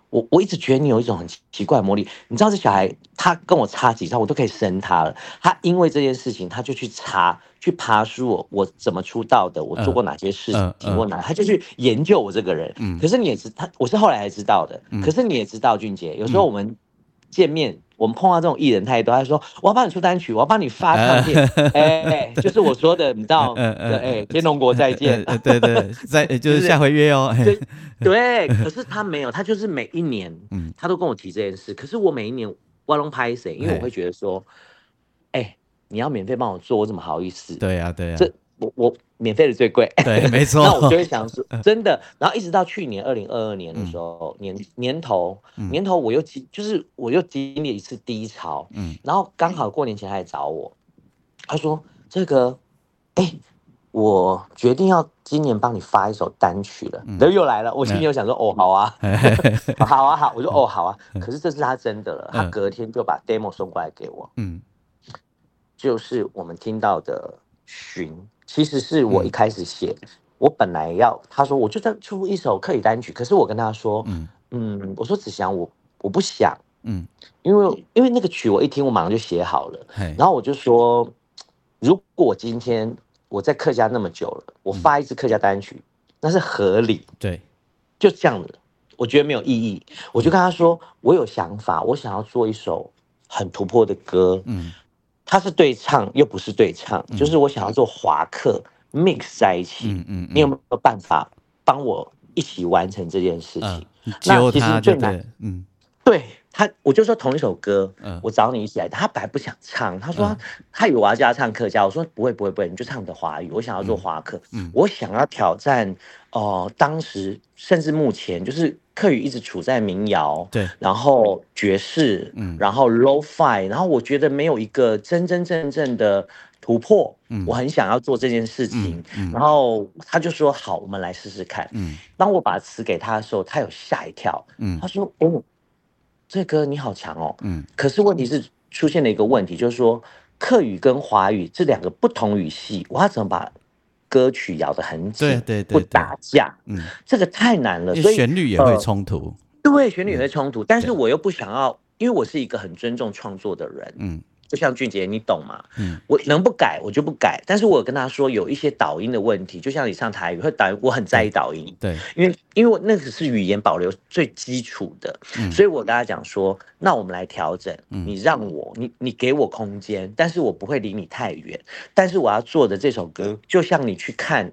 我我一直觉得你有一种很奇怪的魔力，你知道这小孩他跟我差几招，我都可以生他了。他因为这件事情，他就去查去爬书我，我怎么出道的，我做过哪些事情，听过哪，他就去研究我这个人。嗯，可是你也知他，我是后来才知道的。嗯、可是你也知道，俊杰，有时候我们见面。嗯我们碰到这种艺人太多，他说我要帮你出单曲，我要帮你发唱片，哎、欸，就是我说的，你知道，哎、欸，天龙国再见， 呃、对对，再就是下回约哦。 对对，可是他没有，他就是每一年，嗯，他都跟我提这件事。可是我每一年我都拍谁，因为我会觉得说，哎、欸，你要免费帮我做，我怎么好意思？ 对呀、啊、对呀、啊， 这我我免费的最贵， 对，没错。 那我就会想说，真的。然后一直到去年二零二二年的时候，嗯、年年头，嗯、年头我又就是我又经历一次低潮，嗯，然后刚好过年前他来找我，他说这个，哎、欸，我决定要今年帮你发一首单曲了，然后、嗯、又来了，我心里又想说，嗯、哦，好啊，好啊，好，我说哦，好啊，可是这是他真的了，他隔天就把 demo 送过来给我，嗯，就是我们听到的寻。其实是我一开始写，嗯、我本来要他说我就在出一首客语单曲，可是我跟他说，嗯嗯，我说子祥我我不想，嗯，因为因为那个曲我一听我马上就写好了，然后我就说，如果我今天我在客家那么久了，我发一支客家单曲，嗯、那是合理， 对， 就这样的，我觉得没有意义，我就跟他说，我有想法，我想要做一首很突破的歌，嗯。它是对唱又不是对唱，嗯、就是我想要做华客 mix 在一起，嗯嗯嗯、你有没有办法帮我一起完成这件事情？ 呃、那其实最难，嗯，对他，我就说同一首歌，呃、我找你一起来，他本来不想唱，他说他、呃、他以为我要叫他唱客家，我说不会不会不会，你就唱你的华语，我想要做华客，嗯、我想要挑战，哦、呃，当时甚至目前就是。客语一直处在民谣， 对， 然后爵士，嗯，然后 lo-fi， 然后我觉得没有一个真真正正的突破，嗯，我很想要做这件事情，嗯，嗯然后他就说好，我们来试试看，嗯，当我把词给他的时候，他有吓一跳，嗯，他说哦，这歌你好强哦，嗯，可是问题是出现了一个问题，就是说客语跟华语这两个不同语系，我要怎么把歌曲咬得很紧， 对对对， 不打架，嗯，这个太难了，所以旋律也会冲突， 呃、对，旋律也会冲突，嗯、但是我又不想要，因为我是一个很尊重创作的人，嗯，就像俊杰，你懂吗？嗯，我能不改我就不改，但是我跟他说有一些导音的问题，就像你唱台语会导音，我很在意导音， 对， 因为因为我那个是语言保留最基础的，嗯、所以我跟他讲说，那我们来调整，嗯、你让我，你你给我空间，但是我不会离你太远，但是我要做的这首歌，就像你去看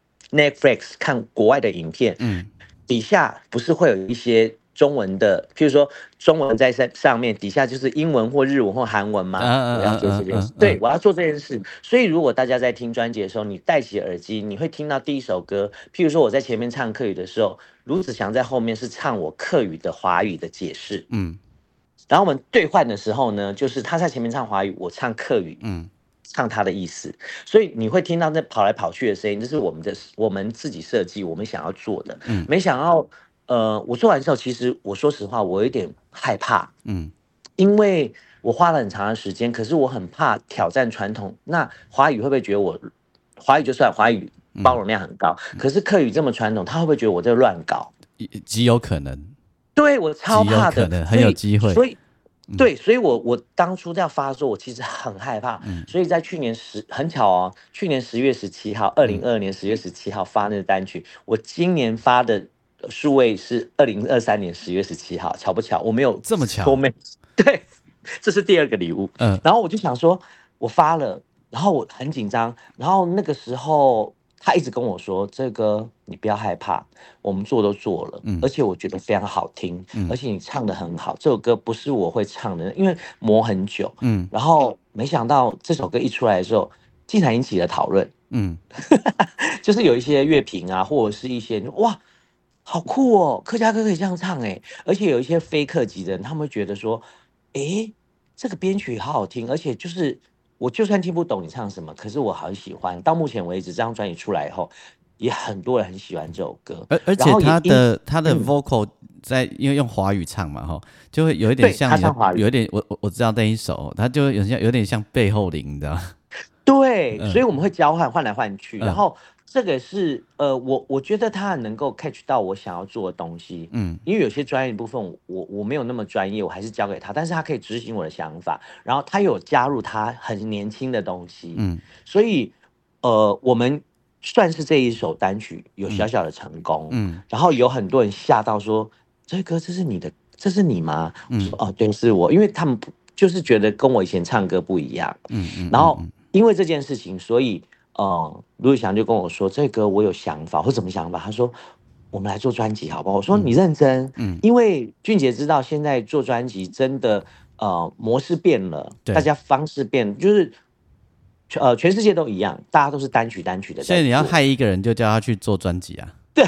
Netflix 看国外的影片，嗯，底下不是会有一些。中文的，譬如说中文在上面，底下就是英文或日文或韩文吗？啊、我要做这件事，啊啊、对，我要做这件事。所以如果大家在听专辑的时候，你戴起耳机，你会听到第一首歌，譬如说我在前面唱客语的时候，卢子祥在后面是唱我客语的华语的解释，嗯，然后我们兑换的时候呢，就是他在前面唱华语，我唱客语，嗯。唱他的意思，所以你会听到那跑来跑去的声音，这是我们的我们自己设计，我们想要做的。嗯，没想到，呃，我做完之后，其实我说实话，我有点害怕，嗯，因为我花了很长的时间，可是我很怕挑战传统。那华语会不会觉得我华语就算华语包容量很高，嗯、可是客语这么传统，他会不会觉得我在乱搞？ 极有可能， 对我超怕的， 极有可能很有机会， 所以。对，所以我我当初这样发的时候，我其实很害怕，嗯、所以在去年十很巧哦，去年十月十七号，二零二二年十月十七号发那个单曲，我今年发的数位是二零二三年十月十七号，巧不巧？我没有这么巧， 没对，这是第二个礼物，嗯，然后我就想说，我发了，然后我很紧张，然后那个时候。他一直跟我说：“这个你不要害怕，我们做都做了，嗯、而且我觉得非常好听，嗯、而且你唱得很好。这首歌不是我会唱的，因为磨很久。嗯，然后没想到这首歌一出来的时候，竟然引起了讨论。嗯，就是有一些乐评啊，或者是一些哇，好酷哦，客家歌可以这样唱哎，而且有一些非客籍的人，他们会觉得说，哎，这个编曲好好听，而且就是。”我就算听不懂你唱什么，可是我很喜欢。到目前为止，这张专辑出来以后，也很多人很喜欢这首歌。 而而且他的他的 vocal 在、嗯、因为用华语唱嘛，哈，就会有一点像你的，有一点我我我知道那一首，他就有像有点像背后灵，你知道吗？ 对，嗯、所以我们会交换换来换去，嗯、然后这个是呃，我我觉得他很能够 catch 到我想要做的东西，嗯，因为有些专业的部分我我没有那么专业，我还是交给他，但是他可以执行我的想法，然后他有加入他很年轻的东西，嗯，所以呃，我们算是这一首单曲有小小的成功，嗯，然后有很多人吓到说，这歌这是你的，这是你吗？嗯，我说哦，对，是我，因为他们就是觉得跟我以前唱歌不一样，嗯嗯，然后因为这件事情，所以。呃，卢宇翔就跟我说：“这歌我有想法，或什么想法？”他说：“我们来做专辑好不好？”我说：“你认真。”嗯，因为俊杰知道现在做专辑真的呃模式变了，大家方式变，就是呃全世界都一样，大家都是单曲单曲的。 所以你要害一个人，就叫他去做专辑啊？ 对。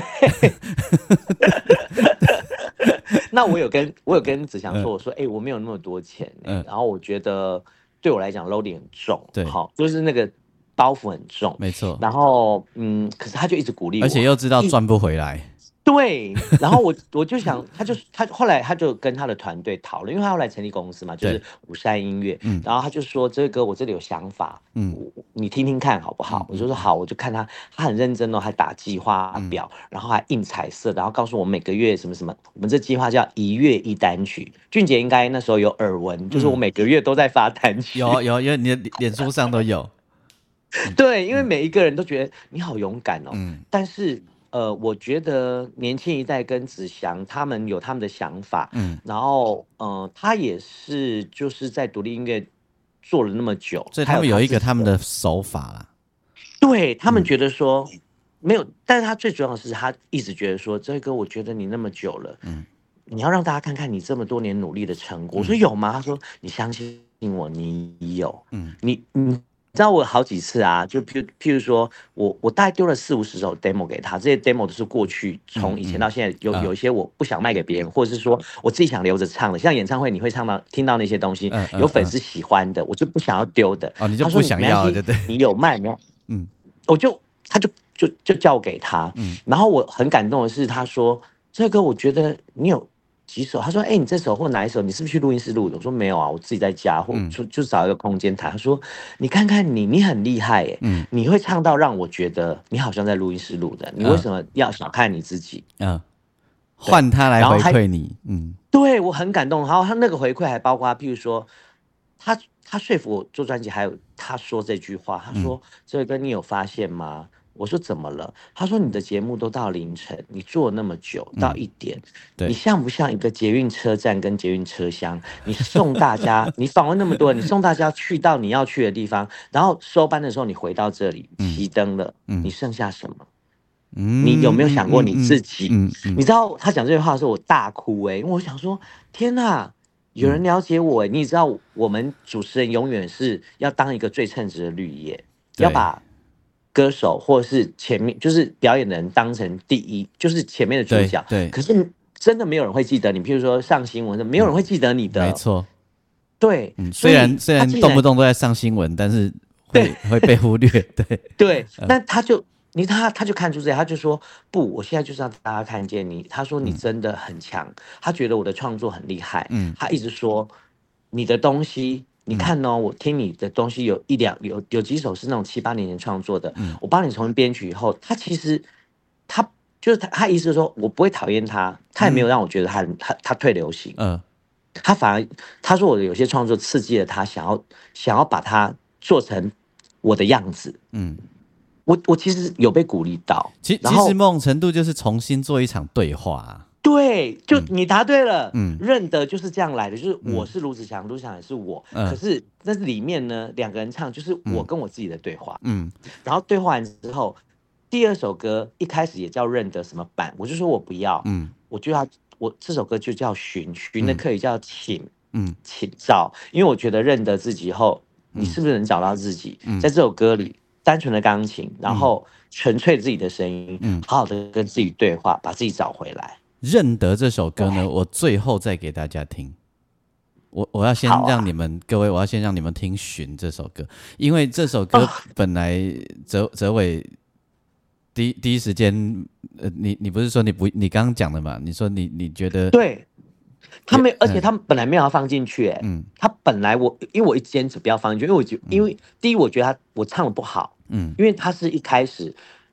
那我有跟我有跟子祥说，我说：“哎、欸，我没有那么多钱、欸，嗯，然后我觉得对我来讲 loading 很重，对，好，就是那个。”包袱很重， 没错。 然后，嗯，可是他就一直鼓励我， 而且又知道赚不回来。 对，然后我我就想，他就他后来他就跟他的团队讨论，因为他后来成立公司嘛，就是五山音乐，嗯，然后他就说这个歌我这里有想法，嗯，你听听看好不好？嗯、我就说好，我就看他，他很认真哦，还打计划表，嗯、然后还印彩色，然后告诉我每个月什么什么，我们这计划叫一月一单曲。俊杰应该那时候有耳闻，就是我每个月都在发单曲， 有有，因为你的脸书上都有。 对，因为每一个人都觉得你好勇敢哦，嗯，但是呃，我觉得年轻一代跟子祥他们有他们的想法，嗯，然后呃，他也是就是在独立音乐做了那么久， 所以他们有一个他们的手法啦， 对他们觉得说、嗯、没有，但是他最主要的是他一直觉得说，这个我觉得你那么久了，嗯，你要让大家看看你这么多年努力的成果。嗯、我说有吗？他说你相信我，你有，嗯，你你。你知道我好几次啊，就譬譬如说我我大概丢了四五十首 demo 给他，这些 demo 都是过去从以前到现在有、嗯、有一些我不想卖给别人，或者是说我自己想留着唱的，像演唱会你会唱到听到那些东西，嗯嗯、有粉丝喜欢的，我就不想要丢的。 哦，你就不想要，对对， 你有卖没有？嗯，我就他就就就交给他，嗯，然后我很感动的是，他说这个我觉得你有。几首？他说：“哎、欸，你这首或哪一首？你是不是去录音室录的？”我说：“没有啊，我自己在家，或就就找一个空间弹。”他说：“你看看你，你很厉害耶，嗯，你会唱到让我觉得你好像在录音室录的。你为什么要小看你自己？嗯， 换他来回馈你，嗯， 对我很感动。然后他那个回馈还包括，譬如说，他他说服我做专辑，还有他说这句话，他说：‘这个歌你有发现吗？’我说怎么了？他说你的节目都到凌晨，你做了那么久，到一点，嗯、你像不像一个捷运车站跟捷运车厢？你送大家，你访问那么多人，你送大家去到你要去的地方，然后收班的时候你回到这里，熄灯了，嗯、你剩下什么？嗯、你有没有想过你自己？嗯嗯嗯、你知道他讲这句话的时候，我大哭哎、欸，因为我想说，天哪！有人了解我哎、欸，你知道我们主持人永远是要当一个最称职的绿叶，要把。歌手或是前面就是表演的人当成第一，就是前面的主角。 对，对可是真的没有人会记得你，譬如说上新闻，没有人会记得你的。 嗯、没错。 对， 嗯，虽然虽然动不动都在上新闻，但是会会被忽略。对对，那他就你他他就看出这样，他就说不，我现在就是让大家看见你。他说你真的很强，嗯、他觉得我的创作很厉害。嗯，他一直说你的东西。你看哦，我听你的东西有一两有有几首是那种七八年前创作的，嗯、我帮你重新编曲以后，他其实他就是他，他意思是说我不会讨厌他，他也没有让我觉得他、嗯、他他退流行，嗯、呃，他反而他说我的有些创作刺激了他，想要想要把它做成我的样子，嗯，我我其实有被鼓励到， 其其实某种程度就是重新做一场对话、啊。 对，就你答对了，嗯，认得就是这样来的，就是我是卢子祥，卢子祥也是我，嗯、可是在里面呢，两个人唱就是我跟我自己的对话，嗯，然后对话完之后，第二首歌一开始也叫认得什么版，我就说我不要，嗯，我就要我这首歌就叫寻，寻的可以叫请，嗯，请找，因为我觉得认得自己后，你是不是能找到自己？嗯、在这首歌里，单纯的钢琴，然后纯粹自己的声音，嗯，好好的跟自己对话，把自己找回来。 认得这首歌呢，我最后再给大家听。我我要先让你们、啊、各位，我要先让你们听《寻》这首歌，因为这首歌本来哲哲伟第第一时间，呃，你你不是说你不你刚刚讲的嘛？你说你你觉得对，他没，而且他本来没有要放进去、欸，嗯，他本来我因为我一直坚持不要放进去，因为我觉、嗯、因为第一我觉得他我唱的不好，嗯，因为他是一开始。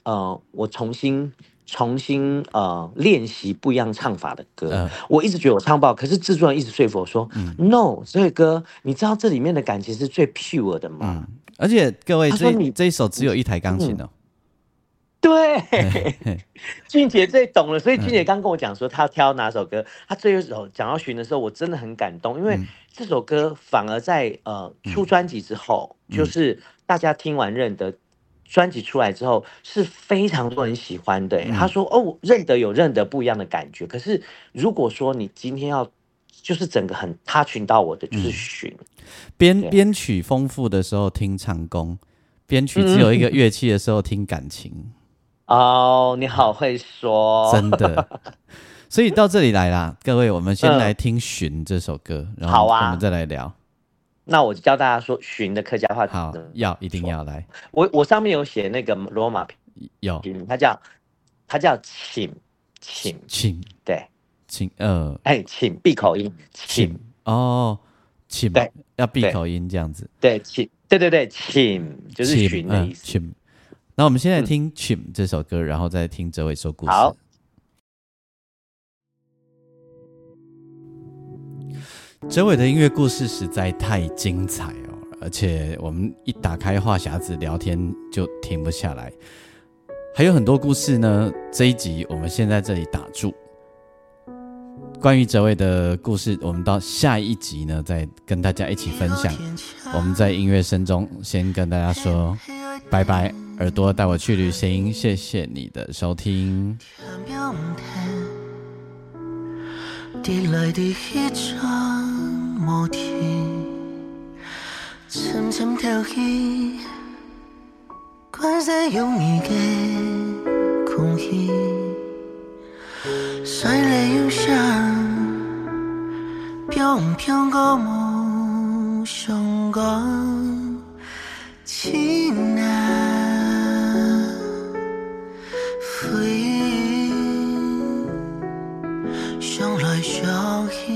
呃，我重新重新呃练习不一样唱法的歌。 嗯我一直觉得我唱不好，可是制作人一直说服我说、 嗯、 ，No， 所以哥，你知道这里面的感情是最 pure 的吗？ 嗯，而且各位，这他说你这一首只有一台钢琴哦。 嗯对，俊杰最懂了，所以俊杰刚跟我讲说他挑哪首歌，他最后一首讲到寻的时候，我真的很感动，因为这首歌反而在呃出专辑之后， 嗯、 就是大家听完认得专辑出来之后是非常多人喜欢的、欸嗯。他说哦，认得有认得不一样的感觉，可是如果说你今天要就是整个很 touch 到我的，就是寻编编曲丰富的时候听唱功，编曲只有一个乐器的时候听感情。 哦，你好会说， 真的。所以到这里来啦，各位，我们先来听《寻》这首歌，嗯、然后我们再来聊。 那我就教大家说“寻”的客家话。 好，要一定要来。 我我上面有写那个罗马有， 它叫它叫请请请， 对， 请呃， 哎，请闭口音，请哦，请对， 要闭口音这样子。 对，请对对对，请就是寻的意思。 请。那我们现在听《请》这首歌，然后再听哲伟说故事。 好， 哲伟的音乐故事实在太精彩哦，而且我们一打开话匣子聊天就停不下来，还有很多故事呢。这一集我们先在这里打住，关于哲伟的故事，我们到下一集呢再跟大家一起分享。我们在音乐声中先跟大家说拜拜。耳朵带我去旅行，谢谢你的收听。 滴来的一场摩天，沉沉跳起，关在有你的空气，水里有香，飘飘个梦上港，亲爱。想来想去，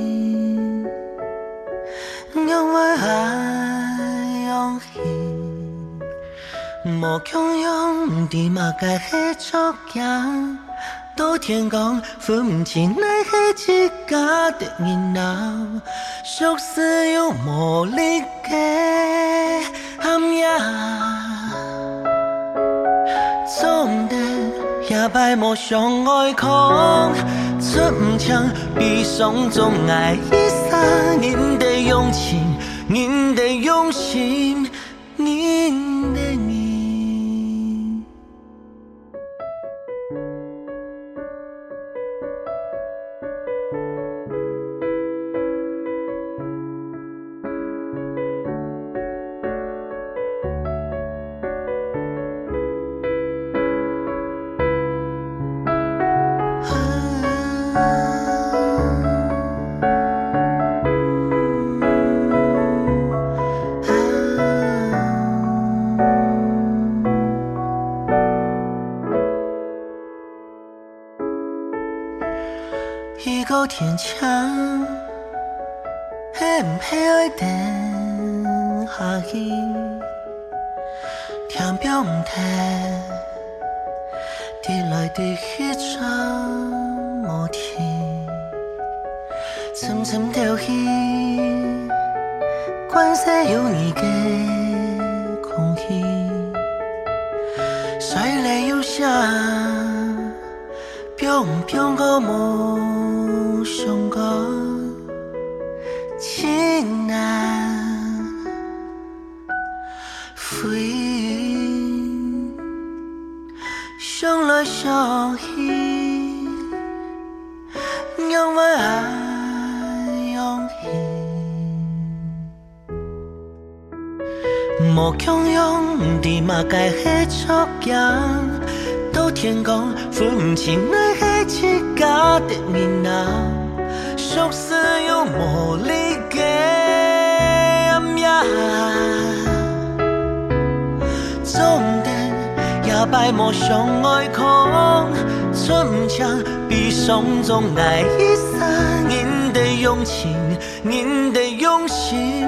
因为爱用心，无强用的嘛该去作样，到天光分唔清你係一家的人鬧，熟似有魔力嘅暗夜，總得也擺無相愛狂。出唔唱，比上中愛一生，您的用情，您的用心，您的你。一個天窗，係唔係愛等下去？天表唔睇，滴來的一場摩天，沉沉跳起，關在有你嘅空氣，水裡有香，飄唔飄個夢上港，親愛飛，想來想去，因為愛用心，無強用的嘛該係作樣，到天光分唔清你係一家的面鬧，熟似有魔力嘅暗夜，總得也擺無相愛狂，出唔唱比上中愛一生，您的用情，您的用心，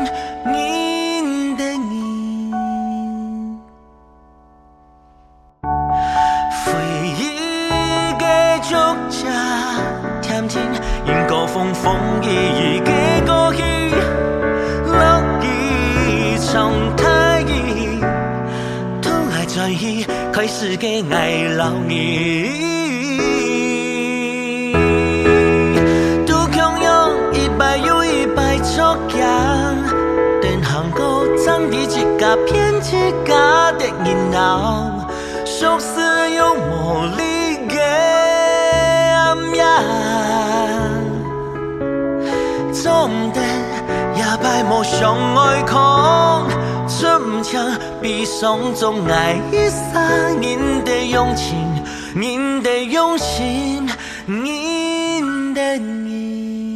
您的你。 风风雨雨嘅過去，樂意從太意，都愛在意，開始嘅愛留意。都強用一擺又一擺作樣，等行過爭啲一家偏一家的熱鬧，熟悉又無力嘅暗夜。做唔得，也擺無相愛狂，出唔唱悲傷中愛一生，人的用情，人的用心，人的你。